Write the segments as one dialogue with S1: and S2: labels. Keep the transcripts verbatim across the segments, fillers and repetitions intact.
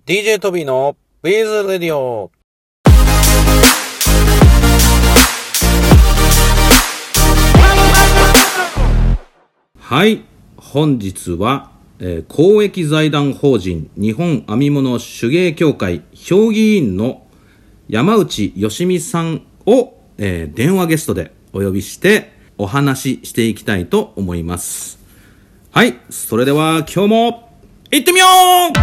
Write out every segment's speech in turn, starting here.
S1: ディージェー トビーのウィズレディオ。はい、本日は、えー、公益財団法人日本編み物手芸協会評議員の山内義美さんを、えー、電話ゲストでお呼びしてお話ししていきたいと思います。はい、それでは今日も行ってみよう。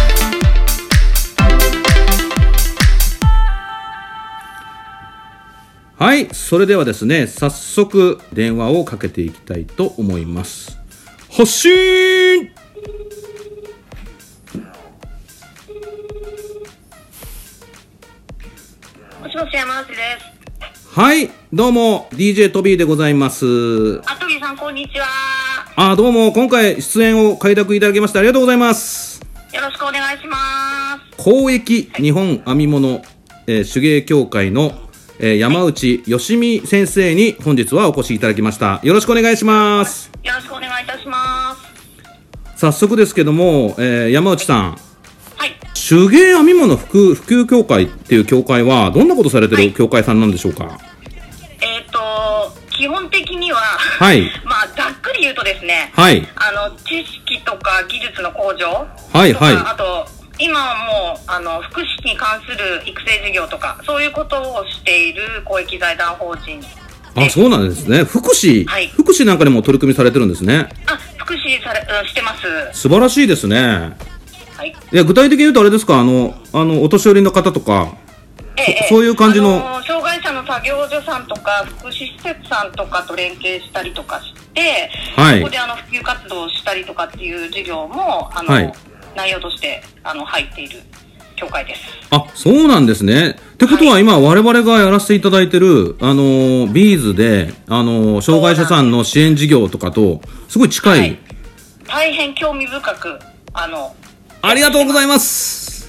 S1: はい、それではですね、早速電話をかけていきたいと思います。発信。
S2: もしもし、山内です。
S1: はい、どうも ディージェー トビーでございます。
S2: あ、トビーさん、こんにちは。
S1: あ、どうも、今回出演を快諾いただきましてありがとうございます。
S2: よろしくお願いします。
S1: 公益日本編み物、えー、手芸協会の、えー、山内義美先生に本日はお越しいただきました。よろしくお願いします。
S2: よろしくお願いいたします。
S1: 早速ですけども、えー、山内さん、
S2: はい、
S1: 手芸編み物普及、普及協会っていう協会はどんなことされてる協会さんなんでしょうか？はい、
S2: えっ、ー、と基本的には、
S1: はい、
S2: まあざっくり言うとですね、
S1: はい、
S2: あの知識とか技術の向上、
S1: はいはい、
S2: あと今はもうあの福祉に関する育成事業とかそういうことをしている公益財団法人。
S1: あ、そうなんですね。福祉、
S2: はい、
S1: 福祉なんかでも取り組みされてるんですね。
S2: あ、福祉され、うん、してます。
S1: 素晴らしいですね。
S2: はい、
S1: いや、具体的に言うとあれですか、あのあのお年寄りの方とか、
S2: ええ、
S1: そ, そういう感じの、
S2: あの障害者の作業所さんとか福祉施設さんとかと連携したりとかして、はい、そこであの普及活動をしたりとかっていう事業もあの、はい、内容としてあの入っている協会です。
S1: あ、そうなんですね。ってことは今、はい、我々がやらせていただいてるあのビーズであの障害者さんの支援事業とかとすごい近い、はい、
S2: 大変興味深くあの
S1: ありがとうございます。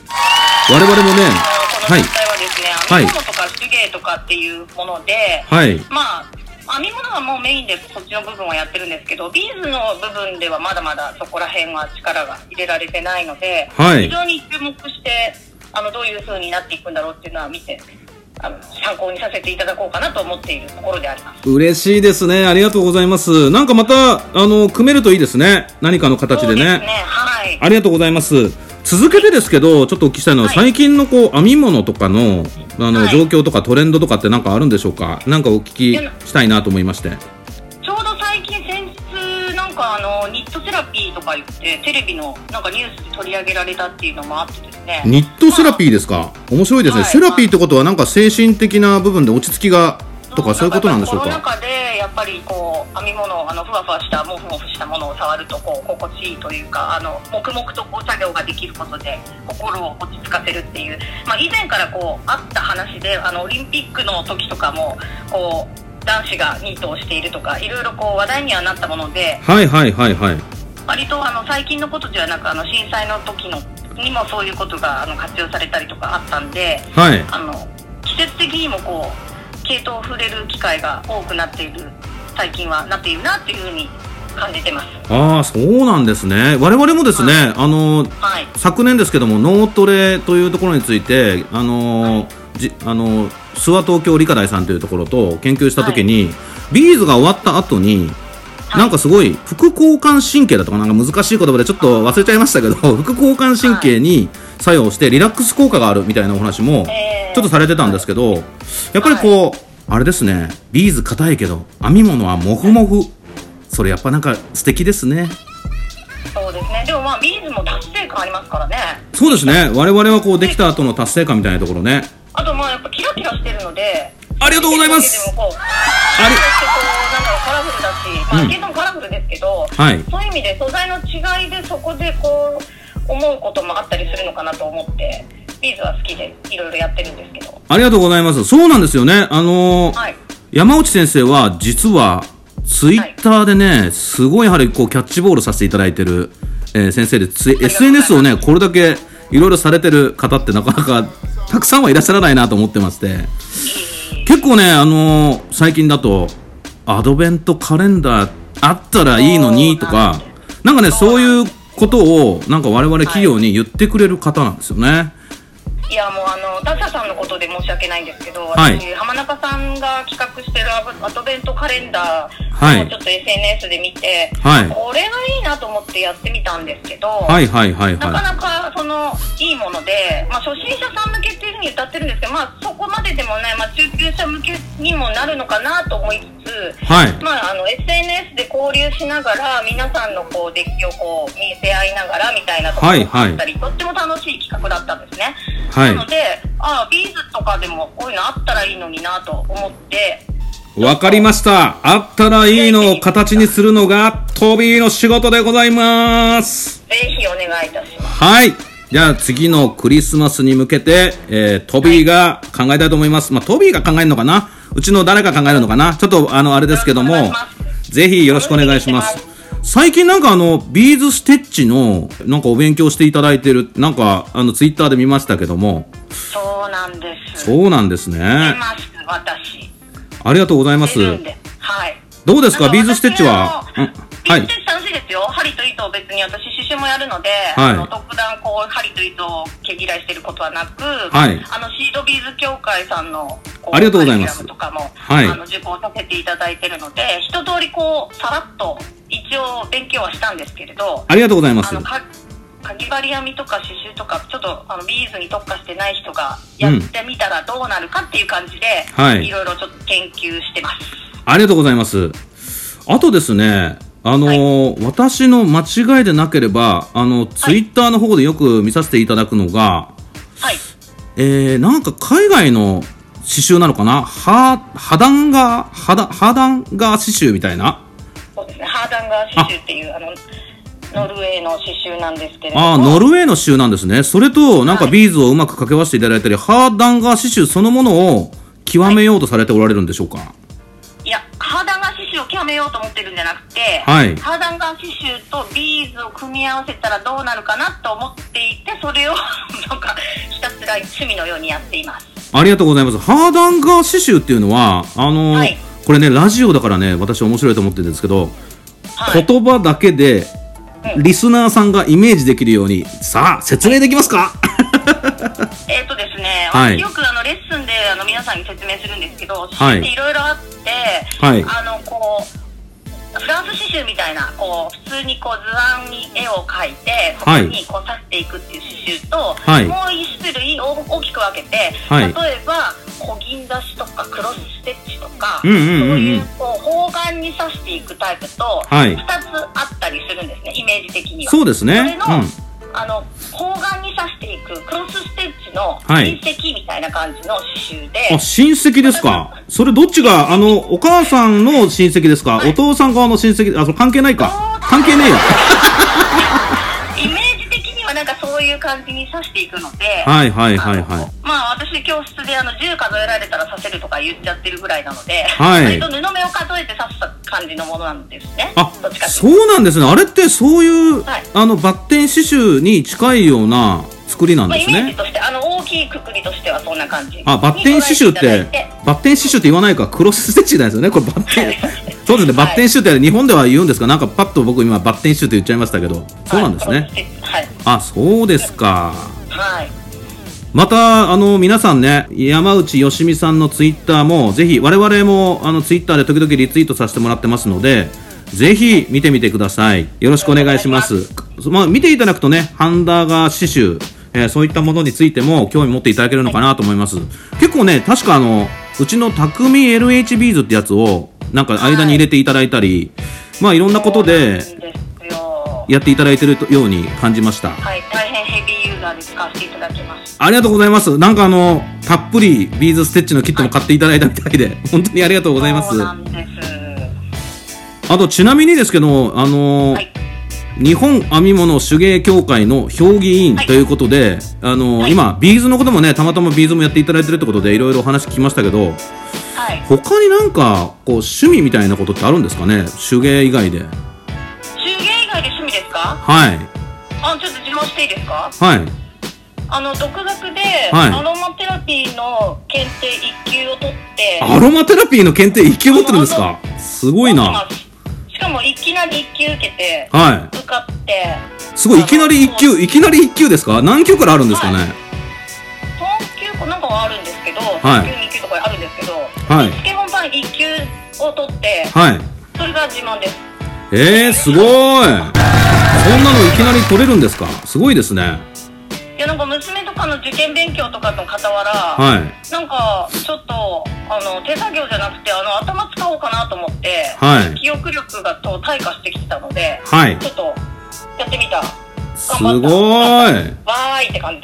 S1: 我々もね、
S2: この団体はですね、編み物とか手芸とかっていうもので、はい、まあ編み物はもうメインでそっちの部分はやってるんですけど、ビーズの部分ではまだまだそこら辺は力が入れられてないので、はい、非常に注目してあのどういう風になっていくんだろうっていうのは見てあの参考にさせていただこうかなと思っているところであります。
S1: 嬉しいですね。ありがとうございます。なんかまたあの組めるといいですね。何かの形でね。そうですね、はい、ありがとうございます。続けてですけど、ちょっとお聞きしたいのは、はい、最近のこう編み物とかのあの、はい、状況とかトレンドとかって何かあるんでしょうか？なんかお聞きしたいなと思いまして。
S2: ちょうど最近先日なんかあのニットセラピーとか言ってテレビのなんかニュースで取り上げられたっていうのもあってですね。
S1: ニットセラピーですか？まあ、面白いですね、はい、セラピーってことはなんか精神的な部分で落ち着きがとかそういうことなんでしょうか？
S2: コロナ禍でやっぱりこう編み物あのふわふわしたモフモフしたものを触るとこう心地いいというか、あの黙々とこう作業ができることで心を落ち着かせるっていう、まあ、以前からこうあった話で、あのオリンピックの時とかもこう男子がニートをしているとかいろいろこう話題にはなったもので、
S1: はいはいはいはい、
S2: 割とあの最近のことではなく、あの震災の時のにもそういうことがあの活用されたりとかあったんで、はい、あの季節的にもこう系統を触れる機会が多くなっている、最近はなっているなっていうふうに感じてます。
S1: ああ、そうなんですね。我々もですね、はい、あの、はい、昨年ですけども脳トレというところについてあの、はい、じあの諏訪東京理科大さんというところと研究したときに、はい、ビーズが終わった後になんかすごい副交感神経だとか、なんか難しい言葉でちょっと忘れちゃいましたけど、副交感神経に作用してリラックス効果があるみたいなお話もちょっとされてたんですけど、やっぱりこうあれですね、ビーズ硬いけど編み物はモフモフ、それやっぱなんか素敵ですね。
S2: そうですね。でもまあビーズも達成感ありますからね。
S1: そうですね。我々はこうできた後の達成感みたいなところね。
S2: あとまあやっぱキラキラしてるので、
S1: ありがとうございます。
S2: でもこうありなんだろう、カラフルだし、まあ、うん、系統もカラフルですけど、はい、そういう意味で素材の違いでそこでこう思うこともあったりするのかなと思ってビーズは好きでいろいろやってるんですけど。
S1: ありがとうございます。そうなんですよね。あのーはい、山内先生は実はツイッターでね、はい、すごいやはりこうキャッチボールさせていただいてる、えー、先生で、エスエヌエス をねこれだけいろいろされてる方ってなかなかたくさんはいらっしゃらないなと思ってまして、結構ね、あのー、最近だとアドベントカレンダーあったらいいのにとか、なんかねそういうことをなんか我々企業に言ってくれる方なんですよね。はい、
S2: いやもうあのダッサさんのことで申し訳ないんですけど、
S1: はい、
S2: 私浜中さんが企画してるアドベントカレンダーをちょっと エスエヌエス で見て、はい、これがいいなと思ってやってみたんですけど、
S1: はいはいはいはい、
S2: なかなかそのいいもので、まあ、初心者さん向けっていうふうに歌ってるんですけど、まあ、そこまででもない、まあ、中級者向けにもなるのかなと思いつつ、はい、まあ、あの エスエヌエス で交流しながら皆さんのこうデッキをこう見せ合いながらみたいなところがあったり、はいはい、とっても楽しい企画だったんですね。はい、なので、ああビーズとかでもこういうのあったらいいのになと思って。
S1: わかりました。あったらいいのを形にするのがトビーの仕事でございます。
S2: ぜひお願いいたします。
S1: はい。じゃあ次のクリスマスに向けて、えー、トビーが考えたいと思います。まあ、トビーが考えるのかな、うちの誰が考えるのかな、ちょっとあのあれですけども、ぜひよろしくお願いします。最近なんかあのビーズステッチのなんかお勉強していただいてる、なんかあのツイッターで見ましたけども。
S2: そうなんです。
S1: そうなんですね。
S2: 見ます、私。
S1: ありがとうございます。はい。どうですかビーズステッチは。
S2: うん、ビーズステッチ楽しいですよ。針と糸を別に私刺繍もやるので、はい、あの特段こう針と糸を毛嫌いしてることはなく、はい、あのシードビーズ協会さんの
S1: ありがとうございます。
S2: とかも、はい、あの受講させていただいてるので、一通りこうさらっと一応勉強はしたんですけれど、
S1: ありがとうございます。
S2: あのかかぎ針編みとか刺繍とかちょっとあのビーズに特化してない人がやってみたらどうなるかっていう感じで、うん、はい、いろいろちょっと研究してます。
S1: ありがとうございます。あとですね、あのーはい、私の間違いでなければあの、はい、ツイッターの方でよく見させていただくのが、はい、えー、なんか海外の刺繍なのかな、ハーダンガーハダハーダンガー刺繍みたいな。
S2: そうですね、ハーダンガー刺繍っていうあのノルウェーの刺繍なんですけれども。
S1: ああ、ノルウェーの刺繍なんですね。それとなんかビーズをうまく掛け合わせていただいたり、はい、ハーダンガー刺繍そのものを極めようとされておられるんでしょうか。はい、
S2: いや、ハーダンガー刺繍を極めようと思ってるんじゃなくて、はい、ハーダンガー刺繍とビーズを組み合わせたらどうなるかなと思っていて、それをなんかひたすら趣味のようにやっています。
S1: ありがとうございます。ハーダンガー刺繍っていうのはあのーはい、これねラジオだからね私面白いと思ってるんですけど、はい、言葉だけでリスナーさんがイメージできるように、さあ説明できますか。
S2: えっとですね、はい、私よくあのレッスンであの皆さんに説明するんですけど、刺繍っていろいろあって、はい、あのこうフランス刺繍みたいなこう普通にこう図案に絵を描いてそこにこう刺していくっていう刺繍と、はい、もう一種類大きく分けて、はい、例えば小銀刺しとかクロスステッチとか、うんうんうんうん、そういうこう方眼に刺していくタイプとふたつあったりするんですね、イメージ的には。
S1: そうですね。
S2: それの、うん、あの方眼に刺していくクロスステッチの親戚みたいな感じの刺繍で、はい、
S1: あ、親戚ですか。それどっちがあのお母さんの親戚ですか、はい、お父さん側の親戚。あ、それ関係ないか。関係ねえや。
S2: イメージ的にはなんかそういう感じに刺していくので、
S1: はいはいはいはい。
S2: まあ私教室であのじゅう数えられたら刺せるとか言っちゃってるぐらいなので、はい、割と布目を数えて刺した感じのものなんですね。
S1: あ、どっちかそうなんですね。あれってそういう、はい、あのバッテン刺繍に近いような作りなんですね。
S2: まあ、イメージとしてあの大きいくくりとしてはそんな感じ。
S1: あ、バッテン刺繍ってバッテン刺繍って言わないか、クロスステッチなんですよね。これバッテンそうですね、バッテン刺繍って日本では言うんですか。なんかパッと僕今バッテン刺繍って言っちゃいましたけど、そうなんですね。はい、あ、そうですか。はい。またあの皆さんね、山内よしみさんのツイッターもぜひ、我々もあのツイッターで時々リツイートさせてもらってますので、ぜひ見てみてください。よろしくお願いします。まあ、見ていただくとね、ハンダーガー刺繍、えー、そういったものについても興味持っていただけるのかなと思います。結構ね、確かあのうちの匠 エルエイチ ビーズってやつをなんか間に入れていただいたり、はい、まあいろんなことでやっていただいているように感じました。はい、
S2: 大変ヘビーユーザーで使わせていただきます。
S1: ありがとうございます。なんかあのたっぷりビーズステッチのキットも買っていただいたみたいで、はい、本当にありがとうございます。そうなんです。あとちなみにですけど、あのーはい、日本編み物手芸協会の評議員ということで、はい、あのーはい、今ビーズのこともね、たまたまビーズもやっていただいてるってことでいろいろお話聞きましたけど、はい、他になんかこう趣味みたいなことってあるんですかね、手芸以外で。
S2: 手芸以外で趣味ですか。
S1: はい。
S2: あ、ちょっと自慢していいですか。
S1: はい。
S2: あの独学で、はい、アロマテラピーの検定いっ級を取って。
S1: アロマテラピーの検定いっ級持ってるんですか。すごいな。
S2: しかももいきなりいっ級受けて、
S1: はい、
S2: 受かって、
S1: すごい、いきなりいっ級、いきなりいっ級ですか？何級からあるんですかね？はい、
S2: さん級かなんかはあるんですけど、
S1: はい、
S2: さん級、に級とかあるんですけど、はい、スケ本番いっ級を取って、はい、それが自慢です。
S1: えー、すごい。そんなのいきなり取れるんですか？すごいですね。
S2: いや、なんか娘とかの受験勉強とかの傍ら、はい、なんかちょっとあの手作業じゃなくてあの頭使おうかなと思って、はい、記憶力がと退化してきてたので、はい、ちょっとやってみた。
S1: すごい。
S2: わーいって感じです。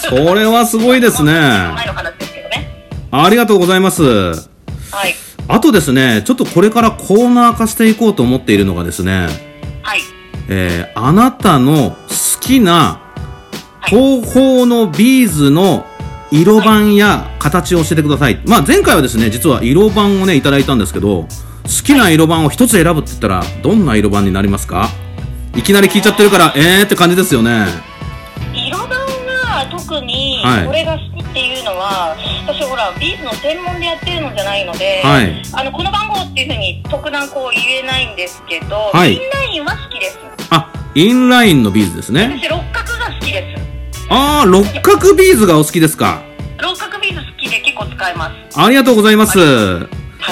S1: それはすごいですね。
S2: 前の話ですけどね。
S1: ありがとうございます。はい。あとですね、ちょっとこれからコーナー化していこうと思っているのがですね、はい。えー、あなたの好きな東宝のビーズの色番や形を教えてください。まあ前回はですね、実は色番をねいただいたんですけど、好きな色番を一つ選ぶって言ったらどんな色番になりますか？いきなり聞いちゃってるからえーって感じですよね。
S2: 色番が特にこれが好きっていうのは、はい、私ほらビーズの専門でやってるのじゃないので、はい、あのこの番号っていうふうに特段こう言えないんですけど、はい、インラインは好きです。
S1: あ、インラインのビーズですね。
S2: 私六角が好きです。
S1: あー、六角ビーズがお好きですか？
S2: 六角ビーズ好きで結構使えます。
S1: ありがとうございます。はい、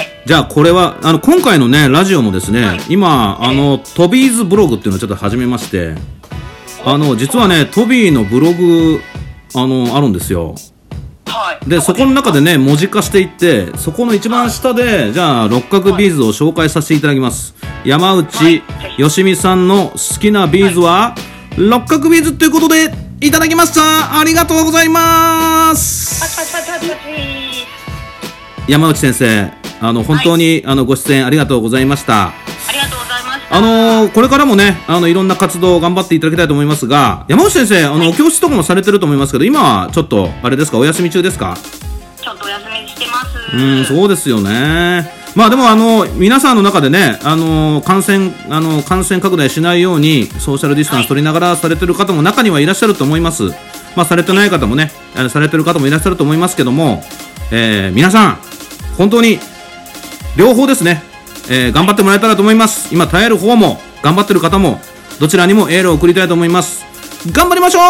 S1: じゃあこれはあの今回のねラジオもですね、はい、今あのトビーズブログっていうのをちょっと始めまして、あの実はねトビーのブログあのあるんですよ。はい、でそこの中でね文字化していって、そこの一番下で、はい、じゃあ六角ビーズを紹介させていただきます。山内よしみさんの好きなビーズは、はい、六角ビーズということでいただきました。ありがとうございます。山内先生、あの本当に、はい、あのご出演ありがとうございました。
S2: ありがとうございました。
S1: あのー、これからもね、あのいろんな活動を頑張っていただきたいと思いますが、山内先生、あの、はい、教室とかもされてると思いますけど、今はちょっとあれですか、お休み中ですか？
S2: ちょっとお休みしてます。
S1: うん、そうですよね。まあでもあの皆さんの中でね、あの感染あの感染拡大しないようにソーシャルディスタンス取りながらされてる方も中にはいらっしゃると思います。まあされてない方もね、あのされてる方もいらっしゃると思いますけども、えー、皆さん本当に両方ですね、えー、頑張ってもらえたらと思います。今耐える方も頑張ってる方もどちらにもエールを送りたいと思います。頑張りましょう。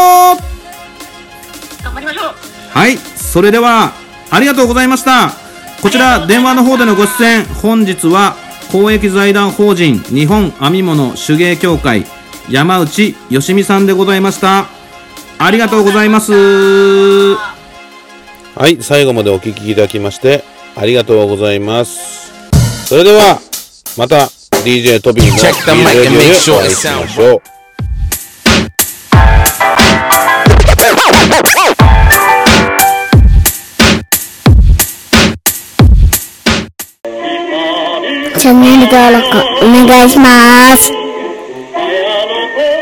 S2: 頑張りましょう。
S1: はい、それではありがとうございました。こちら電話の方でのご出演、本日は公益財団法人日本編み物手芸協会山内よしみさんでございました。ありがとうございます。はい、最後までお聞きいただきましてありがとうございます。それではまた ディージェー トビーの ディージェー レディオでお会いしましょう。
S3: チャンネル登録お願いします。